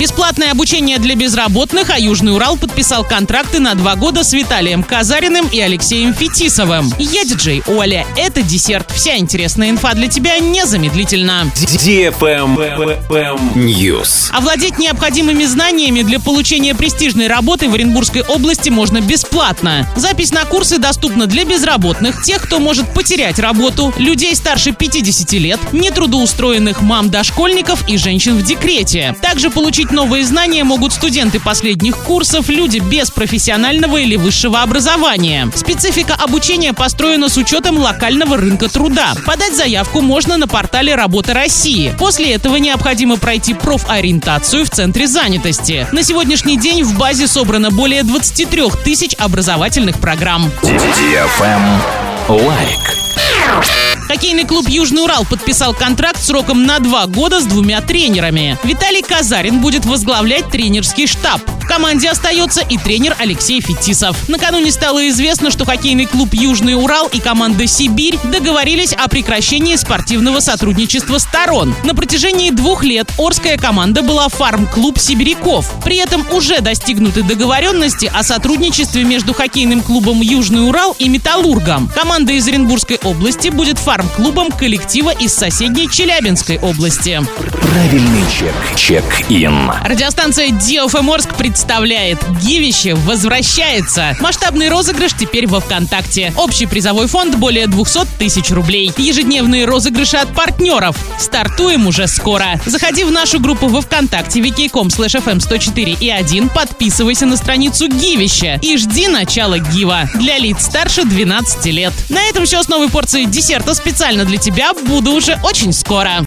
Бесплатное обучение для безработных, а Южный Урал подписал контракты на 2 года с Виталием Казариным и Алексеем Фетисовым. Я диджей Оля. Это десерт. Вся интересная инфа для тебя незамедлительно. News. Овладеть необходимыми знаниями для получения престижной работы в Оренбургской области можно бесплатно. Запись на курсы доступна для безработных, тех, кто может потерять работу, людей старше 50 лет, нетрудоустроенных мам дошкольников и женщин в декрете. Также получить новые знания могут студенты последних курсов, люди без профессионального или высшего образования. Специфика обучения построена с учетом локального рынка труда. Подать заявку можно на портале «Работа России». После этого необходимо пройти профориентацию в центре занятости. На сегодняшний день в базе собрано более 23 тысяч образовательных программ. Лайк. Хоккейный клуб «Южный Урал» подписал контракт сроком на 2 года с 2 тренерами. Виталий Казарин будет возглавлять тренерский штаб. В команде остается и тренер Алексей Фетисов. Накануне стало известно, что хоккейный клуб «Южный Урал» и команда «Сибирь» договорились о прекращении спортивного сотрудничества сторон. На протяжении 2 лет Орская команда была фарм-клуб «Сибиряков». При этом уже достигнуты договоренности о сотрудничестве между хоккейным клубом «Южный Урал» и «Металлургом». Команда из Оренбургской области будет фарм-клубом коллектива из соседней Челябинской области. Правильный чек. Чек-ин. Радиостанция DFM Орск представляет: Гивище возвращается. Масштабный розыгрыш теперь во ВКонтакте. Общий призовой фонд более 200 тысяч рублей. Ежедневные розыгрыши от партнеров. Стартуем уже скоро. Заходи в нашу группу во ВКонтакте wiki.com/fm104.1, подписывайся на страницу Гивища и жди начала Гива для лиц старше 12 лет. На этом все с новой порцией десерта специально для тебя. Буду уже очень скоро.